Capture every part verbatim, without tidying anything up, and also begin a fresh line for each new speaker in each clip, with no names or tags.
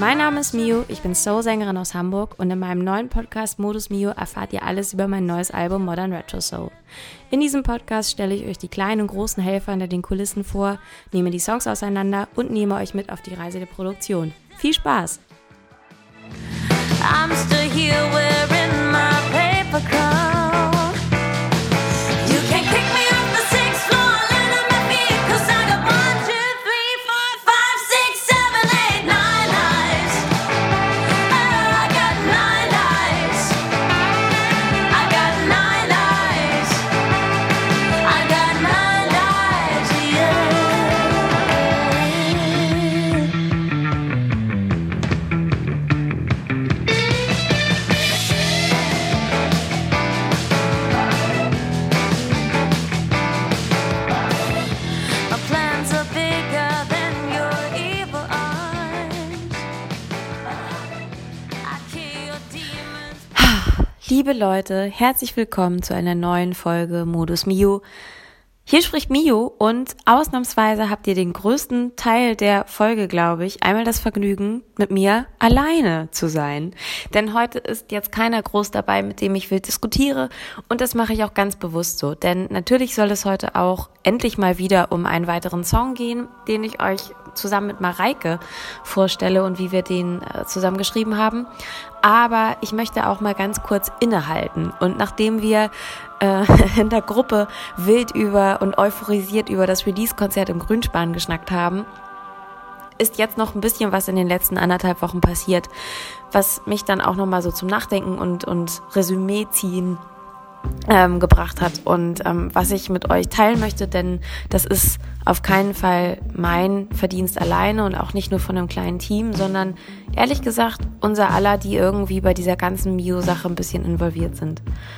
Mein Name ist Mio, ich bin Soul-Sängerin aus Hamburg und in meinem neuen Podcast Modus Mio erfahrt ihr alles über mein neues Album Modern Retro Soul. In diesem Podcast stelle ich euch die kleinen und großen Helfer hinter den Kulissen vor, nehme die Songs auseinander und nehme euch mit auf die Reise der Produktion. Viel Spaß! I'm still here wearing my paper coat. You can't kick me off the sixth floor, land on my feet, 'cause I got one, two, three, four, five, six, seven, eight, nine lives. Oh, I got nine lives. I got nine lives. I got nine lives, yeah. My plans are bigger than your evil eyes. I kill your demons. Liebe Leute, herzlich willkommen zu einer neuen Folge Modus Mio. Hier spricht Mio und ausnahmsweise habt ihr den größten Teil der Folge, glaube ich, einmal das Vergnügen, mit mir alleine zu sein. Denn heute ist jetzt keiner groß dabei, mit dem ich wild diskutiere und das mache ich auch ganz bewusst so. Denn natürlich soll es heute auch endlich mal wieder um einen weiteren Song gehen, den ich euch zusammen mit Mareike vorstelle und wie wir den äh, zusammen geschrieben haben. Aber ich möchte auch mal ganz kurz innehalten. Und nachdem wir äh, in der Gruppe wild über und euphorisiert über das Release-Konzert im Grünspan geschnackt haben, ist jetzt noch ein bisschen was in den letzten anderthalb Wochen passiert, was mich dann auch nochmal so zum Nachdenken und, und Resümee ziehen ähm, gebracht hat. Und ähm, was ich mit euch teilen möchte, denn das ist auf keinen Fall mein Verdienst alleine und auch nicht nur von einem kleinen Team, sondern ehrlich gesagt unser aller, die irgendwie bei dieser ganzen Mio-Sache ein bisschen involviert sind.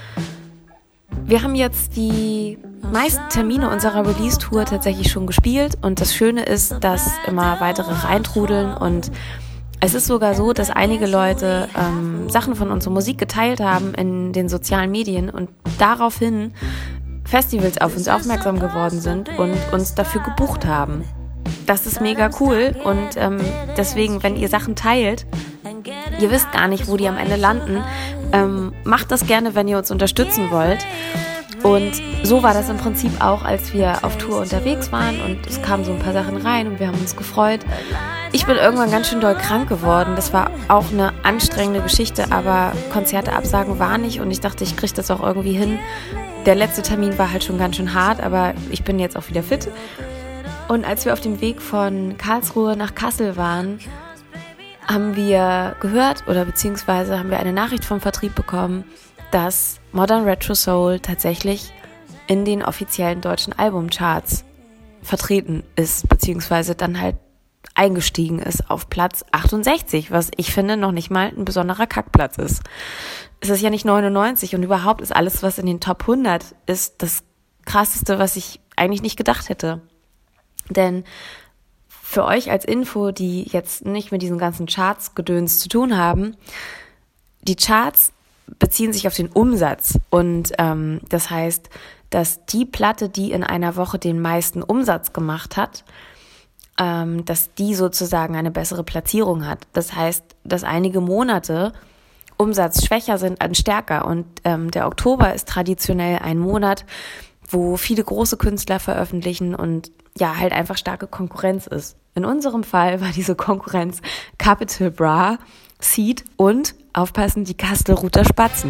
Wir haben jetzt die meisten Termine unserer Release-Tour tatsächlich schon gespielt und das Schöne ist, dass immer weitere reintrudeln und es ist sogar so, dass einige Leute ähm, Sachen von unserer Musik geteilt haben in den sozialen Medien und daraufhin Festivals auf uns aufmerksam geworden sind und uns dafür gebucht haben. Das ist mega cool und ähm, deswegen, wenn ihr Sachen teilt, ihr wisst gar nicht, wo die am Ende landen, ähm, macht das gerne, wenn ihr uns unterstützen wollt. Und so war das im Prinzip auch, als wir auf Tour unterwegs waren und es kamen so ein paar Sachen rein und wir haben uns gefreut. Ich bin irgendwann ganz schön doll krank geworden. Das war auch eine anstrengende Geschichte, aber Konzerte absagen war nicht und ich dachte, ich kriege das auch irgendwie hin. Der letzte Termin war halt schon ganz schön hart, aber ich bin jetzt auch wieder fit. Und als wir auf dem Weg von Karlsruhe nach Kassel waren, haben wir gehört oder beziehungsweise haben wir eine Nachricht vom Vertrieb bekommen, dass Modern Retro Soul tatsächlich in den offiziellen deutschen Albumcharts vertreten ist, beziehungsweise dann halt eingestiegen ist auf Platz achtundsechzig, was ich finde noch nicht mal ein besonderer Kackplatz ist. Es ist ja nicht neunundneunzig und überhaupt ist alles, was in den Top hundert ist, das Krasseste, was ich eigentlich nicht gedacht hätte. Denn für euch als Info, die jetzt nicht mit diesen ganzen Charts-Gedöns zu tun haben, die Charts beziehen sich auf den Umsatz und ähm, das heißt, dass die Platte, die in einer Woche den meisten Umsatz gemacht hat, ähm, dass die sozusagen eine bessere Platzierung hat. Das heißt, dass einige Monate umsatzschwächer sind als stärker und ähm, der Oktober ist traditionell ein Monat, wo viele große Künstler veröffentlichen und ja, halt einfach starke Konkurrenz ist. In unserem Fall war diese Konkurrenz Capital Bra, Seed und, aufpassen, die Kastelruther Spatzen.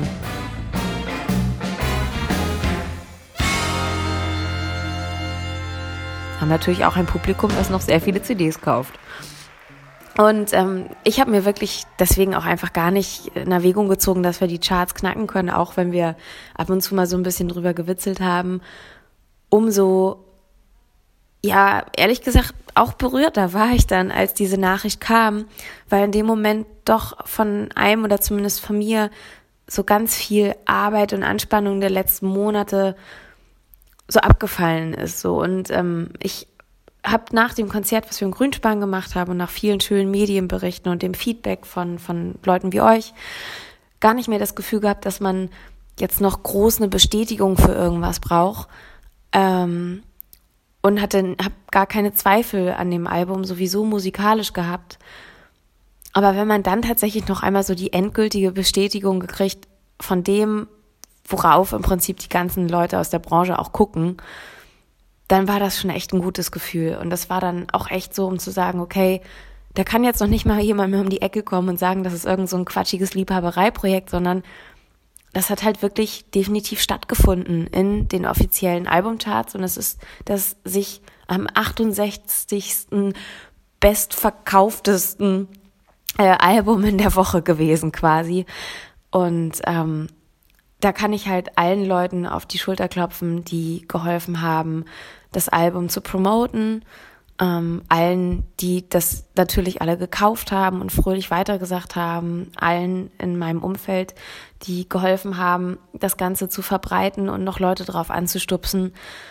Haben natürlich auch ein Publikum, das noch sehr viele C Ds kauft. Und ähm, ich habe mir wirklich deswegen auch einfach gar nicht in Erwägung gezogen, dass wir die Charts knacken können, auch wenn wir ab und zu mal so ein bisschen drüber gewitzelt haben. Umso, ja, ehrlich gesagt, auch berührter war ich dann, als diese Nachricht kam, weil in dem Moment doch von einem oder zumindest von mir so ganz viel Arbeit und Anspannung der letzten Monate so abgefallen ist. So. Und ähm, ich habe nach dem Konzert, was wir im Grünspan gemacht haben und nach vielen schönen Medienberichten und dem Feedback von von Leuten wie euch, gar nicht mehr das Gefühl gehabt, dass man jetzt noch groß eine Bestätigung für irgendwas braucht. Ähm, und hatte habe gar keine Zweifel an dem Album sowieso musikalisch gehabt. Aber wenn man dann tatsächlich noch einmal so die endgültige Bestätigung gekriegt von dem, worauf im Prinzip die ganzen Leute aus der Branche auch gucken, dann war das schon echt ein gutes Gefühl. Und das war dann auch echt so, um zu sagen, okay, da kann jetzt noch nicht mal jemand mehr um die Ecke kommen und sagen, das ist irgend so ein quatschiges Liebhabereiprojekt, sondern das hat halt wirklich definitiv stattgefunden in den offiziellen Albumcharts. Und es ist das sich am achtundsechzigsten bestverkauftesten äh, Album in der Woche gewesen quasi. Und ähm, da kann ich halt allen Leuten auf die Schulter klopfen, die geholfen haben, das Album zu promoten. Ähm, allen, die das natürlich alle gekauft haben und fröhlich weitergesagt haben, allen in meinem Umfeld, die geholfen haben, das Ganze zu verbreiten und noch Leute drauf anzustupsen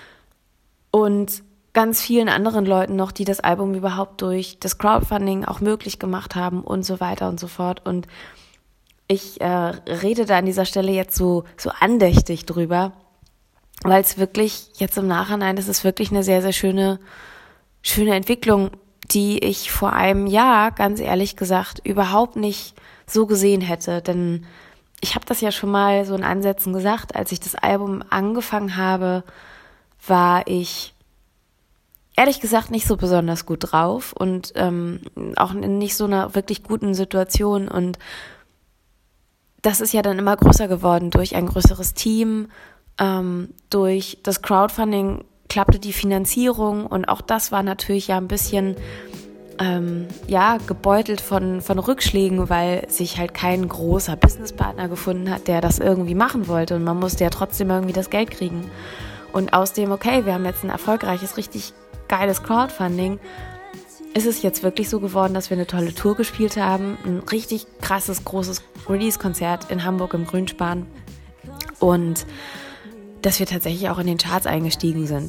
und ganz vielen anderen Leuten noch, die das Album überhaupt durch das Crowdfunding auch möglich gemacht haben und so weiter und so fort. Und ich äh, rede da an dieser Stelle jetzt so, so andächtig drüber, weil es wirklich jetzt im Nachhinein, das ist wirklich eine sehr, sehr schöne schöne Entwicklung, die ich vor einem Jahr, ganz ehrlich gesagt, überhaupt nicht so gesehen hätte. Denn ich habe das ja schon mal so in Ansätzen gesagt, als ich das Album angefangen habe, war ich ehrlich gesagt nicht so besonders gut drauf und ähm, auch in nicht so einer wirklich guten Situation. Und das ist ja dann immer größer geworden durch ein größeres Team, ähm, durch das Crowdfunding klappte die Finanzierung und auch das war natürlich ja ein bisschen ähm, ja gebeutelt von von Rückschlägen, weil sich halt kein großer Businesspartner gefunden hat, der das irgendwie machen wollte und man musste ja trotzdem irgendwie das Geld kriegen. Und aus dem, okay, wir haben jetzt ein erfolgreiches, richtig geiles Crowdfunding, ist es jetzt wirklich so geworden, dass wir eine tolle Tour gespielt haben, ein richtig krasses, großes Release-Konzert in Hamburg im Grünspan und dass wir tatsächlich auch in den Charts eingestiegen sind.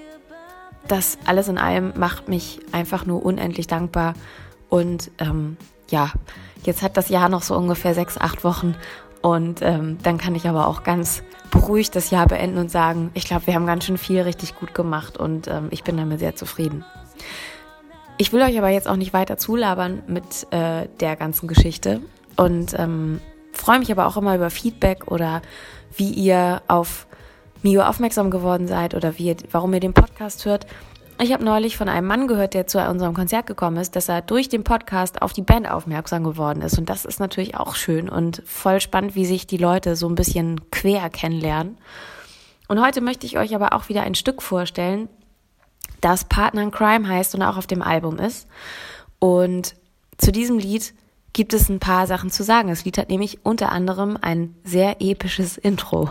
Das alles in allem macht mich einfach nur unendlich dankbar. Und ähm, ja, jetzt hat das Jahr noch so ungefähr sechs, acht Wochen. Und ähm, dann kann ich aber auch ganz beruhigt das Jahr beenden und sagen, ich glaube, wir haben ganz schön viel richtig gut gemacht und ähm, ich bin damit sehr zufrieden. Ich will euch aber jetzt auch nicht weiter zulabern mit äh, der ganzen Geschichte und ähm, freue mich aber auch immer über Feedback oder wie ihr auf Mio aufmerksam geworden seid oder wie ihr, warum ihr den Podcast hört. Ich habe neulich von einem Mann gehört, der zu unserem Konzert gekommen ist, dass er durch den Podcast auf die Band aufmerksam geworden ist. Und das ist natürlich auch schön und voll spannend, wie sich die Leute so ein bisschen quer kennenlernen. Und heute möchte ich euch aber auch wieder ein Stück vorstellen, das Partner in Crime heißt und auch auf dem Album ist. Und zu diesem Lied gibt es ein paar Sachen zu sagen. Das Lied hat nämlich unter anderem ein sehr episches Intro.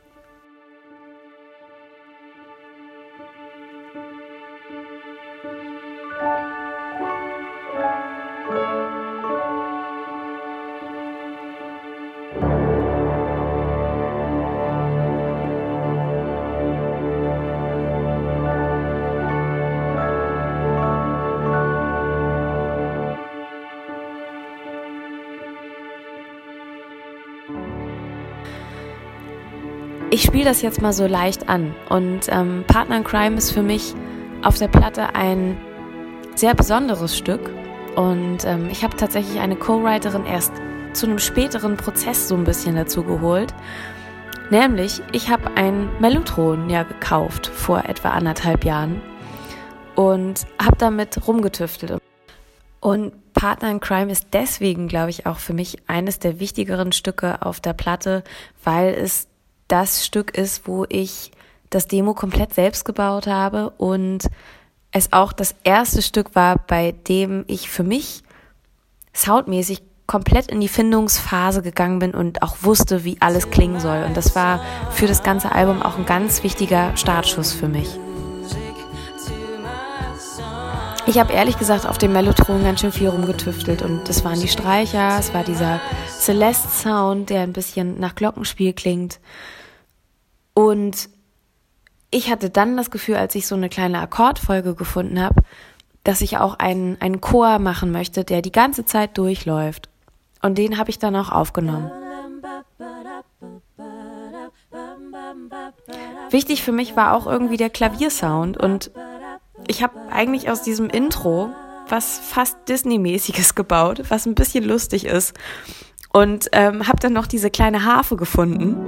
Ich spiele das jetzt mal so leicht an und ähm, Partner in Crime ist für mich auf der Platte ein sehr besonderes Stück und ähm, ich habe tatsächlich eine Co-Writerin erst zu einem späteren Prozess so ein bisschen dazu geholt, nämlich ich habe ein Mellotron ja gekauft vor etwa anderthalb Jahren und habe damit rumgetüftelt. Und Partner in Crime ist deswegen, glaube ich, auch für mich eines der wichtigeren Stücke auf der Platte, weil es das Stück ist, wo ich das Demo komplett selbst gebaut habe und es auch das erste Stück war, bei dem ich für mich soundmäßig komplett in die Findungsphase gegangen bin und auch wusste, wie alles klingen soll. Und das war für das ganze Album auch ein ganz wichtiger Startschuss für mich. Ich habe ehrlich gesagt auf dem Mellotron ganz schön viel rumgetüftelt und das waren die Streicher, es war dieser Celeste-Sound, der ein bisschen nach Glockenspiel klingt. Und ich hatte dann das Gefühl, als ich so eine kleine Akkordfolge gefunden habe, dass ich auch einen, einen Chor machen möchte, der die ganze Zeit durchläuft. Und den habe ich dann auch aufgenommen. Wichtig für mich war auch irgendwie der Klaviersound und ich habe eigentlich aus diesem Intro was fast Disney-mäßiges gebaut, was ein bisschen lustig ist. Und ähm, habe dann noch diese kleine Harfe gefunden.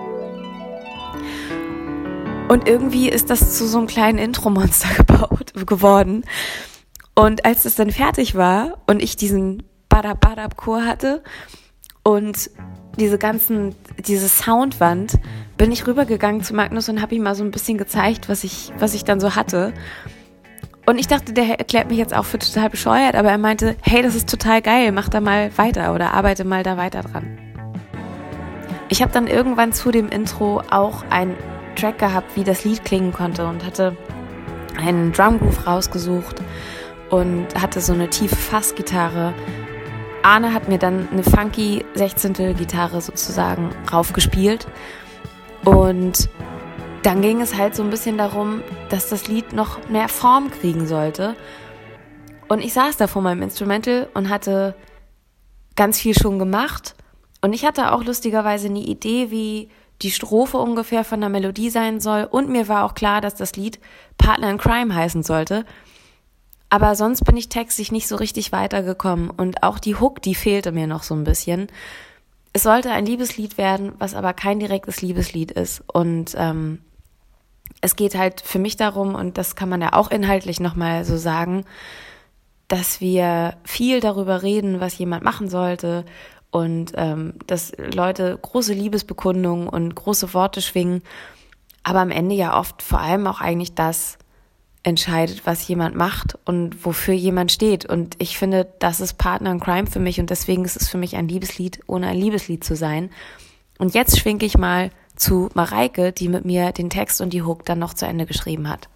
Und irgendwie ist das zu so einem kleinen Intro-Monster gebaut, geworden. Und als das dann fertig war und ich diesen Badab-Badab-Chor hatte und diese ganzen, diese Soundwand, bin ich rübergegangen zu Magnus und habe ihm mal so ein bisschen gezeigt, was ich, was ich dann so hatte. Und ich dachte, der erklärt mich jetzt auch für total bescheuert, aber er meinte, hey, das ist total geil, mach da mal weiter oder arbeite mal da weiter dran. Ich habe dann irgendwann zu dem Intro auch einen Track gehabt, wie das Lied klingen konnte und hatte einen Drumgroove rausgesucht und hatte so eine tiefe Fassgitarre. Arne hat mir dann eine funky Sechzehntel-Gitarre sozusagen raufgespielt und dann ging es halt so ein bisschen darum, dass das Lied noch mehr Form kriegen sollte. Und ich saß da vor meinem Instrumental und hatte ganz viel schon gemacht. Und ich hatte auch lustigerweise eine Idee, wie die Strophe ungefähr von der Melodie sein soll. Und mir war auch klar, dass das Lied Partner in Crime heißen sollte. Aber sonst bin ich textlich nicht so richtig weitergekommen. Und auch die Hook, die fehlte mir noch so ein bisschen. Es sollte ein Liebeslied werden, was aber kein direktes Liebeslied ist. Und ähm, es geht halt für mich darum, und das kann man ja auch inhaltlich nochmal so sagen, dass wir viel darüber reden, was jemand machen sollte und ähm, dass Leute große Liebesbekundungen und große Worte schwingen, aber am Ende ja oft vor allem auch eigentlich das entscheidet, was jemand macht und wofür jemand steht. Und ich finde, das ist Partner in Crime für mich und deswegen ist es für mich ein Liebeslied, ohne ein Liebeslied zu sein. Und jetzt schwenke ich mal zu Mareike, die mit mir den Text und die Hook dann noch zu Ende geschrieben hat.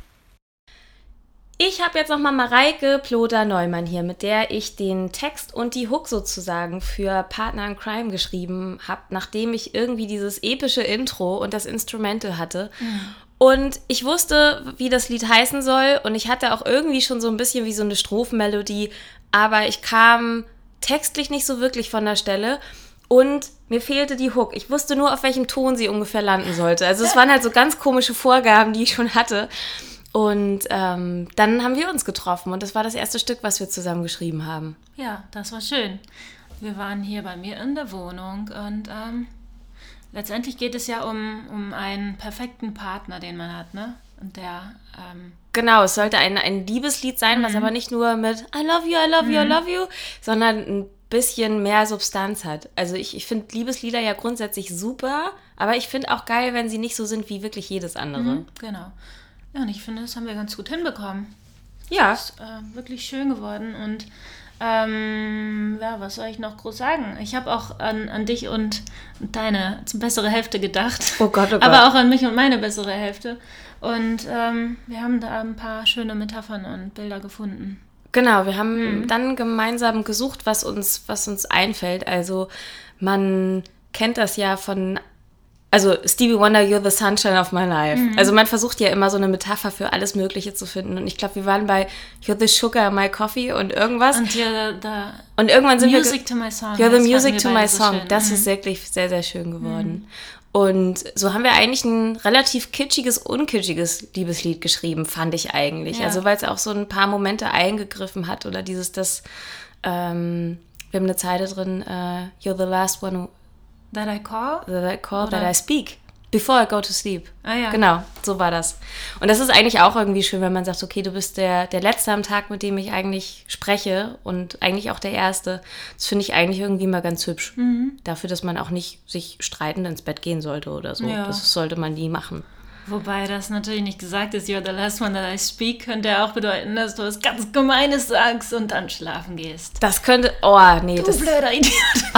Ich habe jetzt nochmal Mareike Ploder-Neumann hier, mit der ich den Text und die Hook sozusagen für Partner in Crime geschrieben habe, nachdem ich irgendwie dieses epische Intro und das Instrumental hatte. Mhm. Und ich wusste, wie das Lied heißen soll und ich hatte auch irgendwie schon so ein bisschen wie so eine Strophenmelodie, aber ich kam textlich nicht so wirklich von der Stelle. Und mir fehlte die Hook. Ich wusste nur, auf welchem Ton sie ungefähr landen sollte. Also es waren halt so ganz komische Vorgaben, die ich schon hatte. Und ähm, dann haben wir uns getroffen und das war das erste Stück, was wir zusammen geschrieben haben.
Ja, das war schön. Wir waren hier bei mir in der Wohnung und ähm, letztendlich geht es ja um, um einen perfekten Partner, den man hat, ne? Und der... Ähm
Genau, es sollte ein, ein Liebeslied sein, mhm. was aber nicht nur mit I love you, I love you, mhm. I love you, sondern ein bisschen mehr Substanz hat. Also ich, ich finde Liebeslieder ja grundsätzlich super, aber ich finde auch geil, wenn sie nicht so sind wie wirklich jedes andere.
Mhm, genau. Ja, und ich finde, das haben wir ganz gut hinbekommen.
Ja.
Das ist äh, wirklich schön geworden und ähm, ja, was soll ich noch groß sagen? Ich habe auch an, an dich und deine bessere Hälfte gedacht.
Oh Gott, oh Gott.
Aber auch an mich und meine bessere Hälfte. Und ähm, wir haben da ein paar schöne Metaphern und Bilder gefunden.
Genau, wir haben mhm. dann gemeinsam gesucht, was uns, was uns einfällt. Also man kennt das ja von, also Stevie Wonder, You're the Sunshine of my life. Mhm. Also man versucht ja immer so eine Metapher für alles Mögliche zu finden. Und ich glaube, wir waren bei You're the Sugar in my coffee und irgendwas.
Und, you're the, the
und irgendwann sind
music
wir...
to my song.
You're the music to my song.
So
das
mhm.
ist wirklich sehr, sehr schön geworden. Mhm. Und so haben wir eigentlich ein relativ kitschiges, unkitschiges Liebeslied geschrieben, fand ich eigentlich. Ja. Also weil es auch so ein paar Momente eingegriffen hat oder dieses, das, ähm, wir haben eine Zeile drin, uh, you're the last one
that I call,
that I call, that I speak, before I go to sleep.
Ah, ja.
Genau, so war das. Und das ist eigentlich auch irgendwie schön, wenn man sagt, okay, du bist der, der Letzte am Tag, mit dem ich eigentlich spreche und eigentlich auch der Erste. Das finde ich eigentlich irgendwie mal ganz hübsch. Mhm. Dafür, dass man auch nicht sich streitend ins Bett gehen sollte oder so. Ja. Das sollte man nie machen.
Wobei das natürlich nicht gesagt ist, you're the last one that I speak, könnte ja auch bedeuten, dass du was ganz Gemeines sagst und dann schlafen gehst.
Das könnte, oh nee.
Du
das
blöder Idiot.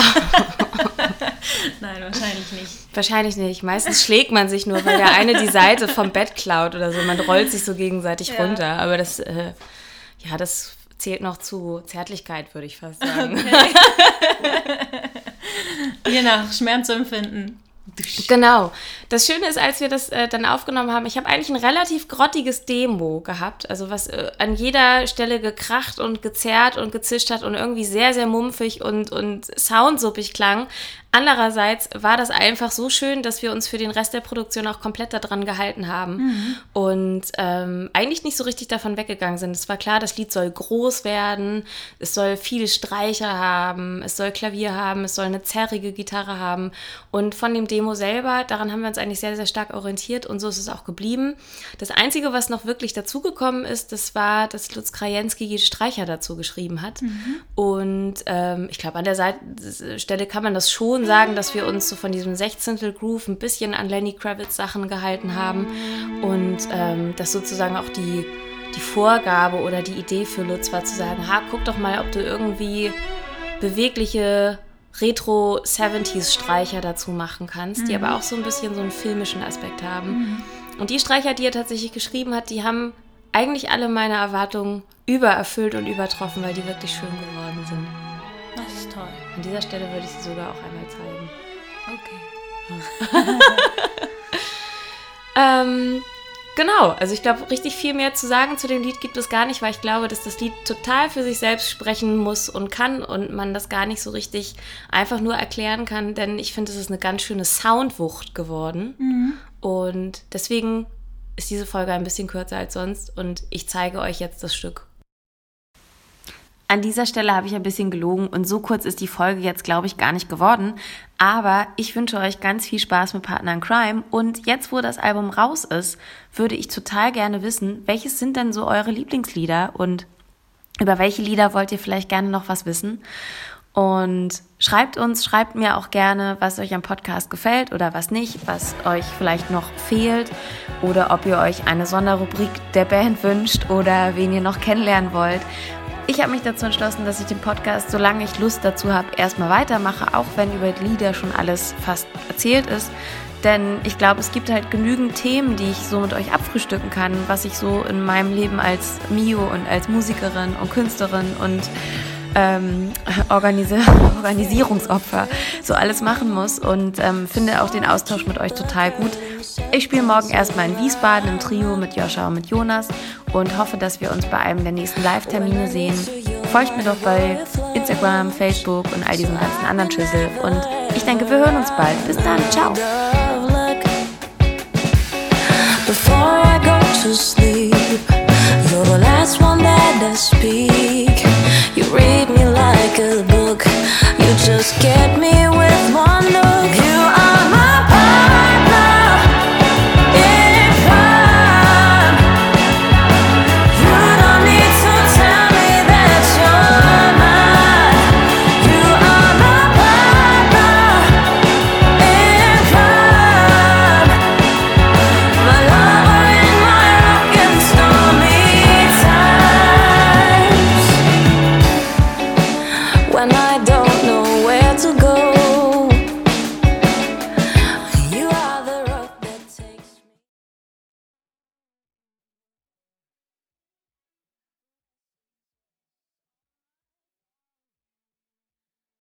Nein, wahrscheinlich nicht.
Wahrscheinlich nicht. Meistens schlägt man sich nur, weil der eine die Seite vom Bett klaut oder so. Man rollt sich so gegenseitig ja. runter. Aber das, äh, ja, das zählt noch zu Zärtlichkeit, würde ich fast sagen.
Okay. Je nach Schmerzempfinden.
Genau. Das Schöne ist, als wir das äh, dann aufgenommen haben, ich habe eigentlich ein relativ grottiges Demo gehabt, also was äh, an jeder Stelle gekracht und gezerrt und gezischt hat und irgendwie sehr, sehr mumpfig und, und soundsuppig klang. Andererseits war das einfach so schön, dass wir uns für den Rest der Produktion auch komplett daran gehalten haben mhm. und ähm, eigentlich nicht so richtig davon weggegangen sind. Es war klar, das Lied soll groß werden, es soll viele Streicher haben, es soll Klavier haben, es soll eine zerrige Gitarre haben und von dem Demo selber, daran haben wir uns eigentlich sehr, sehr stark orientiert und so ist es auch geblieben. Das Einzige, was noch wirklich dazugekommen ist, das war, dass Lutz Krajewski die Streicher dazu geschrieben hat mhm. und ähm, ich glaube, an der Seite, Stelle kann man das schon sagen, dass wir uns so von diesem Sechzehntel Groove ein bisschen an Lenny Kravitz Sachen gehalten haben und ähm, dass sozusagen auch die, die Vorgabe oder die Idee für Lutz war zu sagen, ha, guck doch mal, ob du irgendwie bewegliche Retro-siebziger-Streicher dazu machen kannst, mhm. die aber auch so ein bisschen so einen filmischen Aspekt haben. Mhm. Und die Streicher, die er tatsächlich geschrieben hat, die haben eigentlich alle meine Erwartungen übererfüllt und übertroffen, weil die wirklich schön geworden sind.
Das ist toll.
An dieser Stelle würde ich sie sogar auch einmal zeigen.
Okay.
ähm, genau, also ich glaube, richtig viel mehr zu sagen zu dem Lied gibt es gar nicht, weil ich glaube, dass das Lied total für sich selbst sprechen muss und kann und man das gar nicht so richtig einfach nur erklären kann, denn ich finde, es ist eine ganz schöne Soundwucht geworden mhm. und deswegen ist diese Folge ein bisschen kürzer als sonst und ich zeige euch jetzt das Stück. An dieser Stelle habe ich ein bisschen gelogen und so kurz ist die Folge jetzt, glaube ich, gar nicht geworden. Aber ich wünsche euch ganz viel Spaß mit Partner in Crime. Und jetzt, wo das Album raus ist, würde ich total gerne wissen, welches sind denn so eure Lieblingslieder und über welche Lieder wollt ihr vielleicht gerne noch was wissen? Und schreibt uns, schreibt mir auch gerne, was euch am Podcast gefällt oder was nicht, was euch vielleicht noch fehlt oder ob ihr euch eine Sonderrubrik der Band wünscht oder wen ihr noch kennenlernen wollt. Ich habe mich dazu entschlossen, dass ich den Podcast, solange ich Lust dazu habe, erstmal weitermache, auch wenn über die Lieder schon alles fast erzählt ist. Denn ich glaube, es gibt halt genügend Themen, die ich so mit euch abfrühstücken kann, was ich so in meinem Leben als Mio und als Musikerin und Künstlerin und ähm, Organis- Organisierungsopfer so alles machen muss und ähm, finde auch den Austausch mit euch total gut. Ich spiele morgen erstmal in Wiesbaden im Trio mit Joscha und mit Jonas und hoffe, dass wir uns bei einem der nächsten Live-Termine sehen. Folgt mir doch bei Instagram, Facebook und all diesen ganzen anderen Schüssel. Und ich denke, wir hören uns bald. Bis dann, ciao. Before I go to sleep, you're the last one that I speak. You read me like a book, you just get me